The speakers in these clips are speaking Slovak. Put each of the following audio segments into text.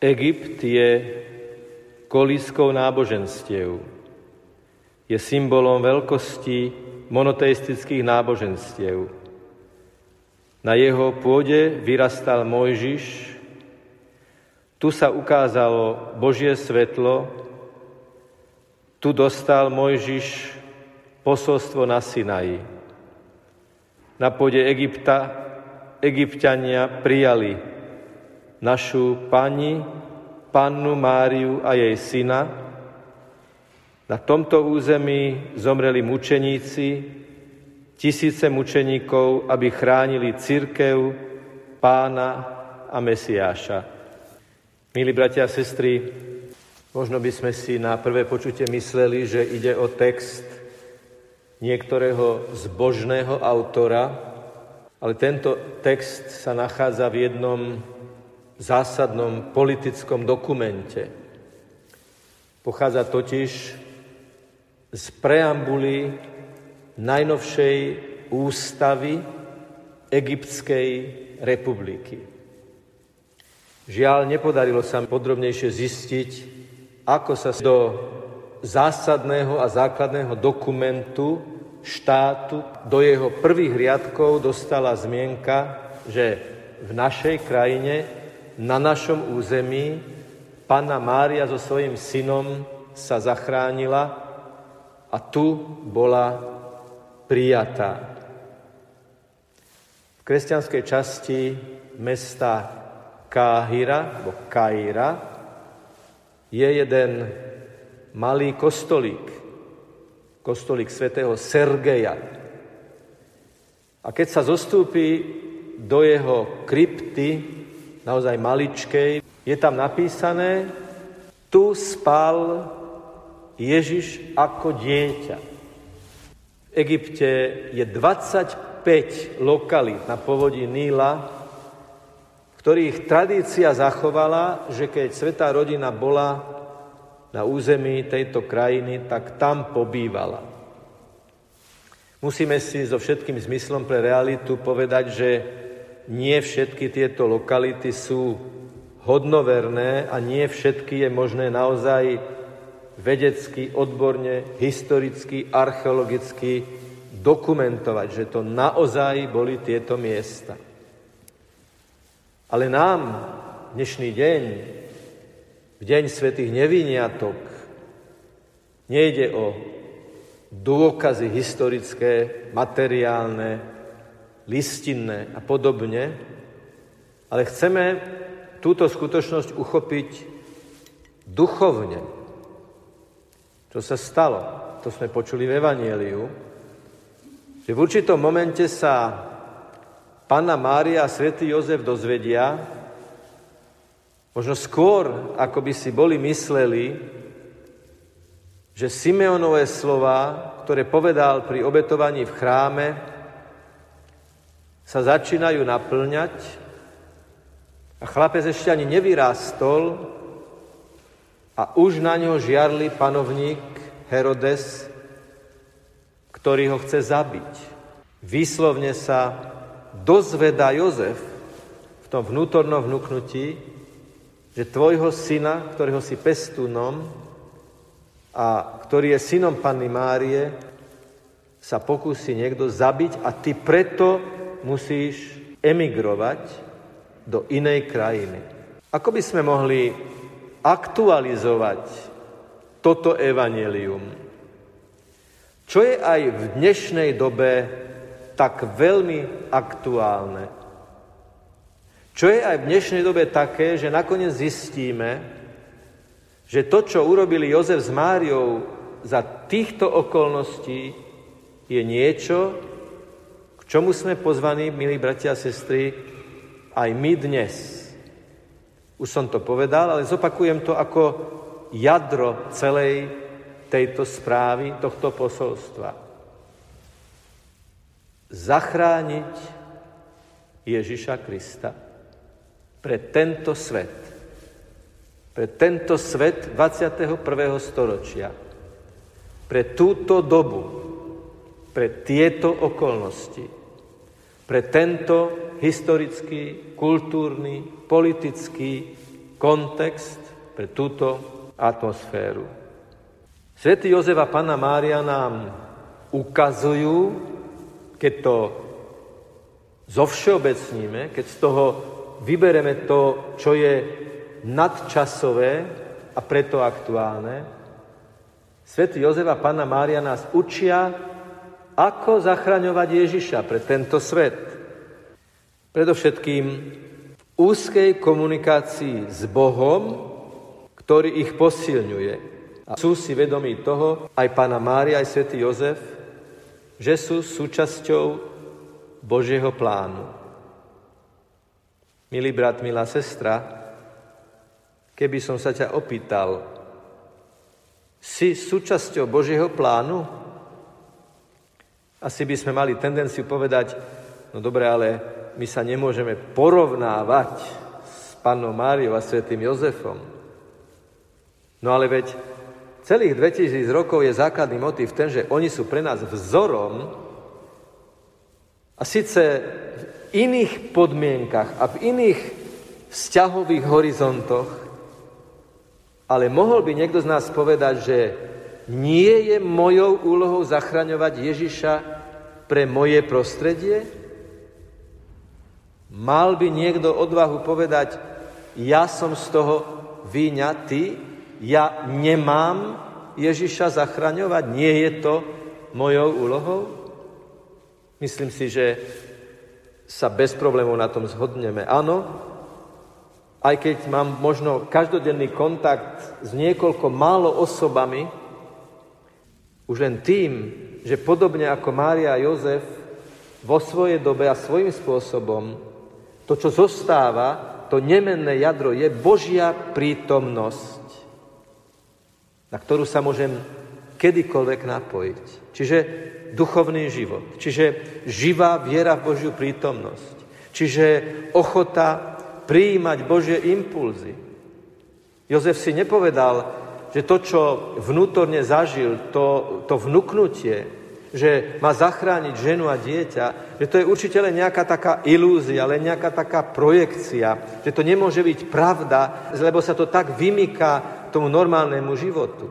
Egypt je kolískou náboženstiev. Je symbolom veľkosti monoteistických náboženstiev. Na jeho pôde vyrastal Mojžiš, tu sa ukázalo Božie svetlo, tu dostal Mojžiš posolstvo na Sinaji. Na pôde Egypta Egypťania prijali našu Pannu Máriu a jej syna. Na tomto území zomreli mučeníci, tisíce mučeníkov, aby chránili cirkev, Pána a Mesiáša. Milí bratia a sestry, možno by sme si na prvé počutie mysleli, že ide o text niektorého zbožného autora, ale tento text sa nachádza v jednom zásadnom politickom dokumente. Pochádza totiž z preambuly najnovšej ústavy Egyptskej republiky. Žiaľ, nepodarilo sa podrobnejšie zistiť, ako sa do zásadného a základného dokumentu štátu, do jeho prvých riadkov dostala zmienka, že v našej krajine, na našom území, Panna Mária so svojím synom sa zachránila a tu bola prijatá. V kresťanskej časti mesta Káhira je jeden malý kostolík svätého Sergeja. A keď sa zostúpi do jeho krypty, naozaj maličkej, je tam napísané: tu spal Ježiš ako dieťa. V Egypte je 25 lokalít na povodí Níla, v ktorých tradícia zachovala, že keď svätá rodina bola na území tejto krajiny, tak tam pobývala. Musíme si so všetkým zmyslom pre realitu povedať, že nie všetky tieto lokality sú hodnoverné a nie všetky je možné naozaj vedecky, odborne, historicky, archeologicky dokumentovať, že to naozaj boli tieto miesta. Ale nám dnešný deň, v deň svätých neviniatok, nejde o dôkazy historické, materiálne, listinné a podobne, ale chceme túto skutočnosť uchopiť duchovne. Čo sa stalo? To sme počuli v Evanjeliu, že v určitom momente sa Panna Mária a svätý Jozef dozvedia, možno skôr, ako by si boli mysleli, že Simeonové slová, ktoré povedal pri obetovaní v chráme, sa začínajú naplňať a chlapec ešte ani nevyrástol a už na ňo žiarli panovník Herodes, ktorý ho chce zabiť. Výslovne sa dozvedá Jozef v tom vnútornom vnúknutí, že tvojho syna, ktorého si pestúnom a ktorý je synom Panny Márie, sa pokúsi niekto zabiť a ty preto musíš emigrovať do inej krajiny. Ako by sme mohli aktualizovať toto evanjelium? Čo je aj v dnešnej dobe tak veľmi aktuálne? Čo je aj v dnešnej dobe také, že nakoniec zistíme, že to, čo urobili Jozef s Máriou za týchto okolností, je niečo, k čomu sme pozvaní, milí bratia a sestry, aj my dnes. Už som to povedal, ale zopakujem to ako jadro celej tejto správy, tohto posolstva. Zachrániť Ježiša Krista pre tento svet. Pre tento svet 21. storočia. Pre túto dobu. Pre tieto okolnosti, pre tento historický, kultúrny, politický kontext, pre túto atmosféru. Svätý Jozef a Panna Mária nám ukazujú, keď to zovšeobecníme, keď z toho vybereme to, čo je nadčasové a preto aktuálne, svätý Jozef a Panna Mária nás učia, ako zachraňovať Ježiša pre tento svet. Predovšetkým v úzkej komunikácii s Bohom, ktorý ich posilňuje. A sú si vedomí toho, aj Panna Mária, aj svätý Jozef, že sú súčasťou Božieho plánu. Milý brat, milá sestra, keby som sa ťa opýtal, si súčasťou Božieho plánu? Asi by sme mali tendenciu povedať, no dobre, ale my sa nemôžeme porovnávať s Pannou Máriou a svätým Jozefom. No ale veď celých 2000 rokov je základný motív ten, že oni sú pre nás vzorom a síce v iných podmienkach a v iných vzťahových horizontoch, ale mohol by niekto z nás povedať, že nie je mojou úlohou zachraňovať Ježiša pre moje prostredie? Mal by niekto odvahu povedať, ja som z toho vyňatý, ja nemám Ježiša zachraňovať, nie je to mojou úlohou? Myslím si, že sa bez problémov na tom zhodneme. Áno, aj keď mám možno každodenný kontakt s niekoľko málo osobami, už len tým, že podobne ako Mária a Jozef vo svojej dobe a svojím spôsobom, to, čo zostáva, to nemenné jadro je Božia prítomnosť, na ktorú sa môžem kedykoľvek napojiť. Čiže duchovný život, čiže živá viera v Božiu prítomnosť, čiže ochota prijímať Božie impulzy. Jozef si nepovedal, že to, čo vnútorne zažil, to vnuknutie, že má zachrániť ženu a dieťa, že to je určite len nejaká taká ilúzia, len nejaká taká projekcia, že to nemôže byť pravda, lebo sa to tak vymýka tomu normálnemu životu.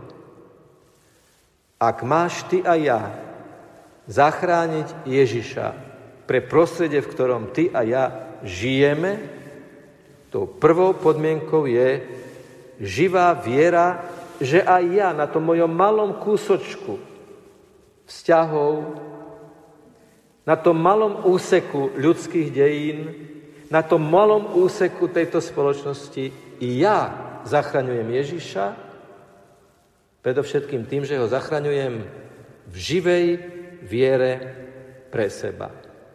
Ak máš ty a ja zachrániť Ježiša pre prostredie, v ktorom ty a ja žijeme, tou prvou podmienkou je živá viera, že aj ja na tom mojom malom kúsočku vzťahov, na tom malom úseku ľudských dejín, na tom malom úseku tejto spoločnosti i ja zachraňujem Ježiša, predovšetkým tým, že ho zachraňujem v živej viere pre seba.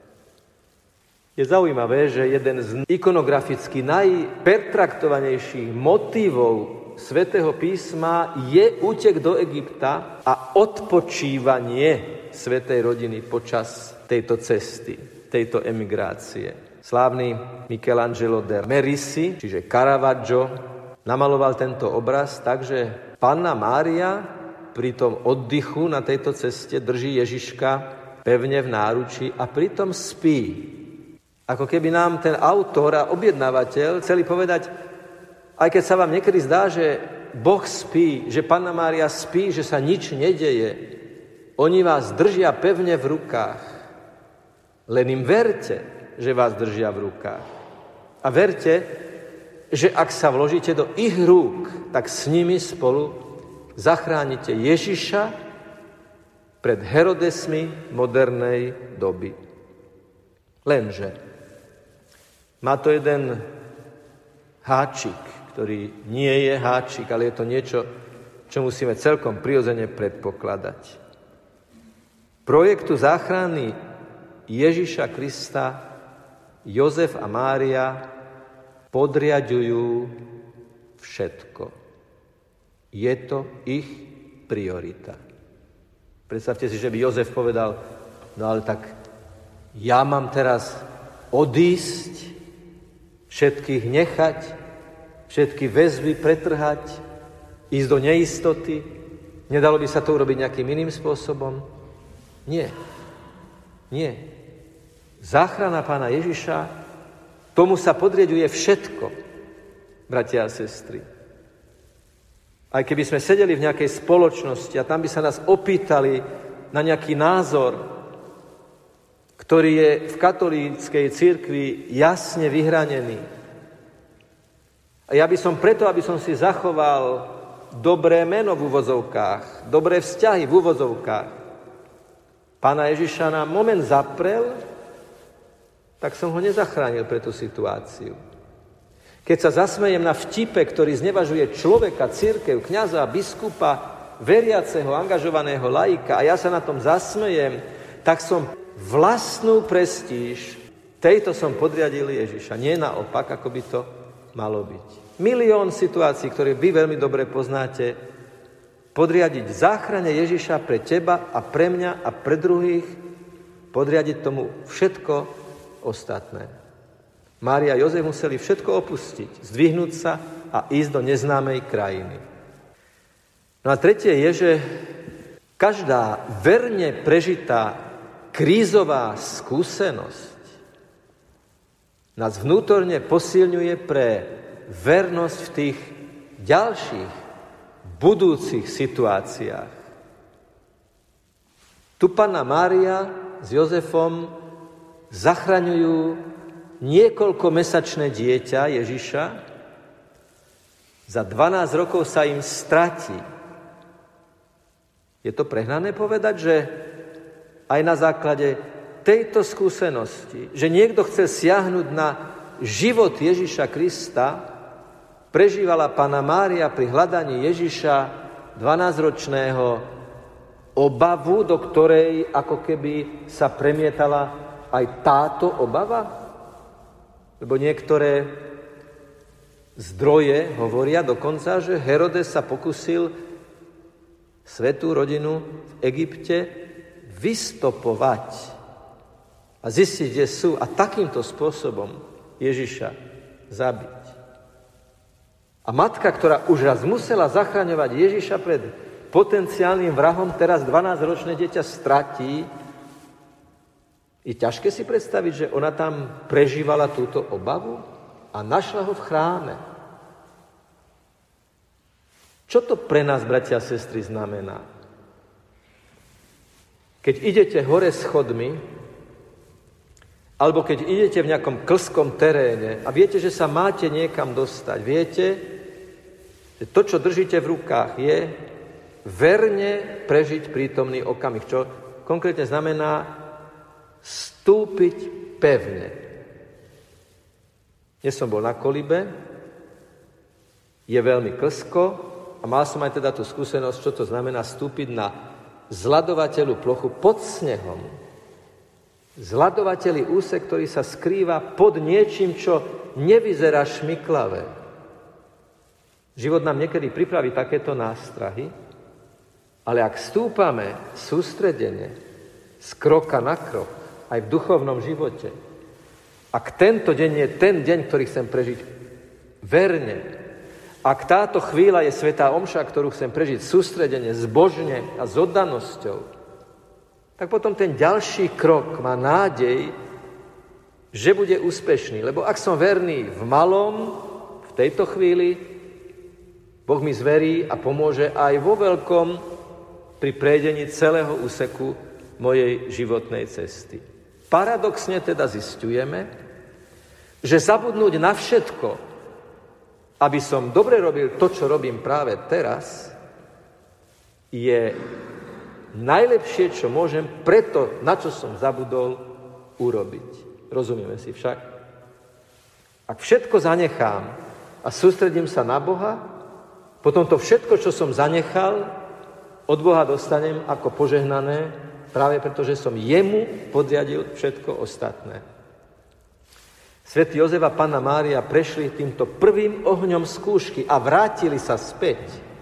Je zaujímavé, že jeden z ikonograficky najpertraktovanejších motívov Svätého písma je útek do Egypta a odpočívanie svätej rodiny počas tejto cesty, tejto emigrácie. Slávny Michelangelo de Merisi, čiže Caravaggio, namaloval tento obraz tak, že Panna Mária pri tom oddychu na tejto ceste drží Ježiška pevne v náručí a pritom spí. Ako keby nám ten autor a objednávateľ chceli povedať, aj keď sa vám niekedy zdá, že Boh spí, že Panna Mária spí, že sa nič nedeje, oni vás držia pevne v rukách. Len im verte, že vás držia v rukách. A verte, že ak sa vložíte do ich rúk, tak s nimi spolu zachránite Ježiša pred Herodesmi modernej doby. Lenže má to jeden háčik, ktorý nie je háčik, ale je to niečo, čo musíme celkom prirodzene predpokladať. Projektu záchrany Ježiša Krista Jozef a Mária podriaďujú všetko. Je to ich priorita. Predstavte si, že by Jozef povedal, no ale tak ja mám teraz odísť, všetkých nechať, všetky väzby pretrhať, ísť do neistoty. Nedalo by sa to urobiť nejakým iným spôsobom? Nie. Nie. Záchrana Pána Ježiša, tomu sa podriaďuje všetko. bratia a sestry. Aj keby sme sedeli v nejakej spoločnosti a tam by sa nás opýtali na nejaký názor, ktorý je v katolíckej cirkvi jasne vyhranený. A ja by som preto, aby som si zachoval dobré meno v úvozovkách, dobré vzťahy v úvozovkách, Pána Ježiša na moment zaprel, tak som ho nezachránil pre tú situáciu. Keď sa zasmejem na vtipe, ktorý znevažuje človeka, cirkev, kňaza, biskupa, veriaceho, angažovaného laika a ja sa na tom zasmejem, tak som vlastnú prestíž, tejto som podriadil Ježiša. Nie naopak, ako by to malo byť. Milión situácií, ktoré vy veľmi dobre poznáte, podriadiť záchrane Ježiša pre teba a pre mňa a pre druhých, podriadiť tomu všetko ostatné. Mária a Jozef museli všetko opustiť, zdvihnúť sa a ísť do neznámej krajiny. No a tretie je, že každá verne prežitá krízová skúsenosť nás vnútorne posilňuje pre vernosť v tých ďalších budúcich situáciách. Tu Panna Mária s Jozefom zachraňujú niekoľkomesačné dieťa Ježiša. Za 12 rokov sa im stratí. Je to prehnané povedať, že aj na základe tejto skúsenosti, že niekto chce siahnuť na život Ježiša Krista, prežívala Panna Mária pri hľadaní Ježiša 12-ročného obavu, do ktorej ako keby sa premietala aj táto obava? Lebo niektoré zdroje hovoria dokonca, že Herodes sa pokusil svätú rodinu v Egypte vystopovať a zistiť, kde sú, a takýmto spôsobom Ježiša zabiť. A matka, ktorá už raz musela zachraňovať Ježiša pred potenciálnym vrahom, teraz 12-ročné dieťa stratí. Je ťažké si predstaviť, že ona tam prežívala túto obavu a našla ho v chráme. Čo to pre nás, bratia a sestry, znamená? Keď idete hore schodmi, alebo keď idete v nejakom klskom teréne a viete, že sa máte niekam dostať, viete, že to, čo držíte v rukách, je verne prežiť prítomný okamih, čo konkrétne znamená stúpiť pevne. Dnes som bol na Kolibe, je veľmi klsko a mal som aj teda tú skúsenosť, čo to znamená stúpiť na zľadovateľú plochu pod snehom. Zľadovateľý úsek, ktorý sa skrýva pod niečím, čo nevyzerá šmiklavé. Život nám niekedy pripraví takéto nástrahy, ale ak stúpame sústredene z kroka na krok, aj v duchovnom živote, ak tento deň je ten deň, ktorý chcem prežiť verne, ak táto chvíľa je svätá omša, ktorú chcem prežiť sústredene, zbožne a s oddanosťou, tak potom ten ďalší krok má nádej, že bude úspešný. Lebo ak som verný v malom, v tejto chvíli, Boh mi zverí a pomôže aj vo veľkom pri prejdení celého úseku mojej životnej cesty. Paradoxne teda zisťujeme, že zabudnúť na všetko, aby som dobre robil to, čo robím práve teraz, je najlepšie, čo môžem preto, na čo som zabudol, urobiť. Rozumieme si však? Ak všetko zanechám a sústredím sa na Boha, potom to všetko, čo som zanechal, od Boha dostanem ako požehnané, práve preto, že som jemu podriadil všetko ostatné. Svätý Jozef a Panna Mária prešli týmto prvým ohňom skúšky a vrátili sa späť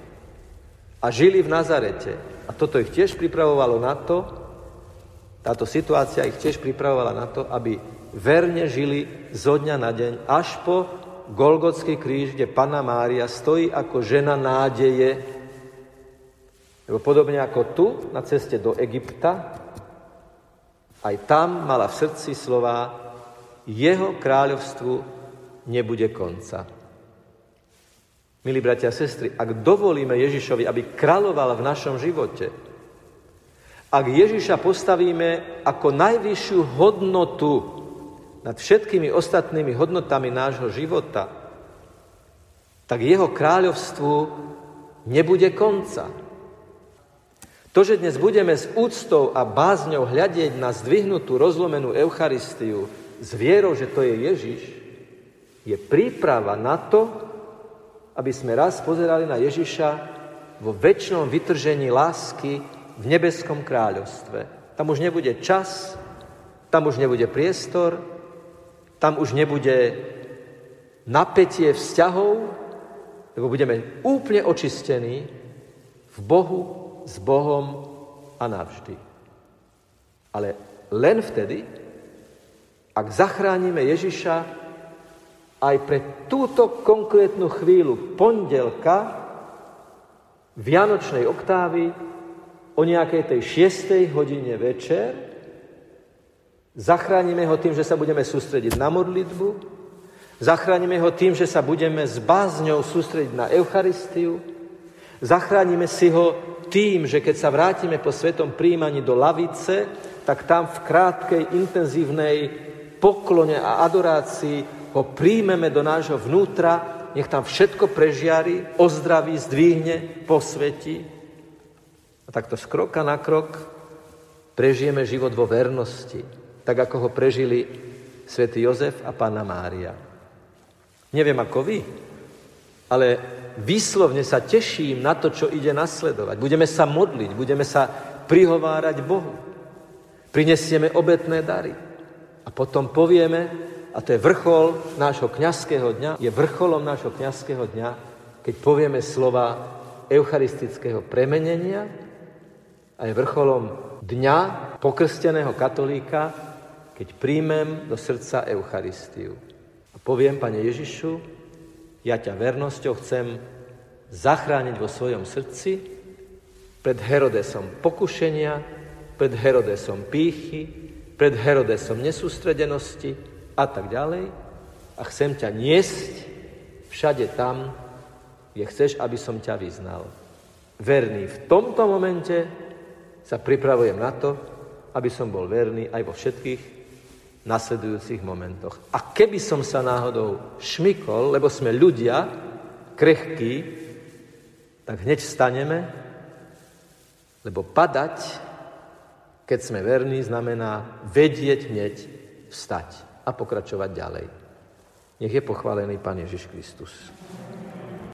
a žili v Nazarete. A toto ich tiež pripravovalo na to, táto situácia ich tiež pripravovala na to, aby verne žili zo dňa na deň až po Golgotský kríž, kde Panna Mária stojí ako žena nádeje, lebo podobne ako tu, na ceste do Egypta, aj tam mala v srdci slová: jeho kráľovstvu nebude konca. Milí bratia a sestry, ak dovolíme Ježišovi, aby kráľoval v našom živote, ak Ježiša postavíme ako najvyššiu hodnotu nad všetkými ostatnými hodnotami nášho života, tak jeho kráľovstvu nebude konca. To, že dnes budeme s úctou a bázňou hľadieť na zdvihnutú, rozlomenú Eucharistiu s vierou, že to je Ježiš, je príprava na to, aby sme raz pozerali na Ježiša vo večnom vytržení lásky v nebeskom kráľovstve. Tam už nebude čas, tam už nebude priestor, tam už nebude napätie vzťahov, lebo budeme úplne očistení v Bohu, s Bohom a navždy. Ale len vtedy, ak zachránime Ježiša aj pre túto konkrétnu chvíľu pondelka Vianočnej oktávy o nejakej tej 6. hodine večer, zachránime ho tým, že sa budeme sústrediť na modlitbu, zachránime ho tým, že sa budeme s bázňou sústrediť na Eucharistiu, zachránime si ho tým, že keď sa vrátime po svetom prijímaní do lavice, tak tam v krátkej, intenzívnej poklone a adorácii ho príjmeme do nášho vnútra, nech tam všetko prežiari, ozdraví, zdvihne, posvetí. A takto z kroka na krok prežijeme život vo vernosti, tak ako ho prežili svätý Jozef a Panna Mária. Neviem ako vy, ale výslovne sa teším na to, čo ide nasledovať. Budeme sa modliť, budeme sa prihovárať Bohu. Prinesieme obetné dary. A potom povieme, a to je vrchol nášho kňazského dňa, je vrcholom nášho kňazského dňa, keď povieme slova eucharistického premenenia a je vrcholom dňa pokrsteného katolíka, keď príjmem do srdca Eucharistiu. A poviem, Pane Ježišu, ja ťa vernosťou chcem zachrániť vo svojom srdci pred Herodesom pokušenia, pred Herodesom pýchy, pred Herodesom nesústredenosti a tak ďalej. A chcem ťa niesť všade tam, kde chceš, aby som ťa vyznal. Verný v tomto momente sa pripravujem na to, aby som bol verný aj vo všetkých nasledujúcich momentoch. A keby som sa náhodou šmykol, lebo sme ľudia, krehkí, tak hneď vstaneme, lebo padať, keď sme verní, znamená vedieť hneď vstať a pokračovať ďalej. Nech je pochválený Pán Ježiš Kristus.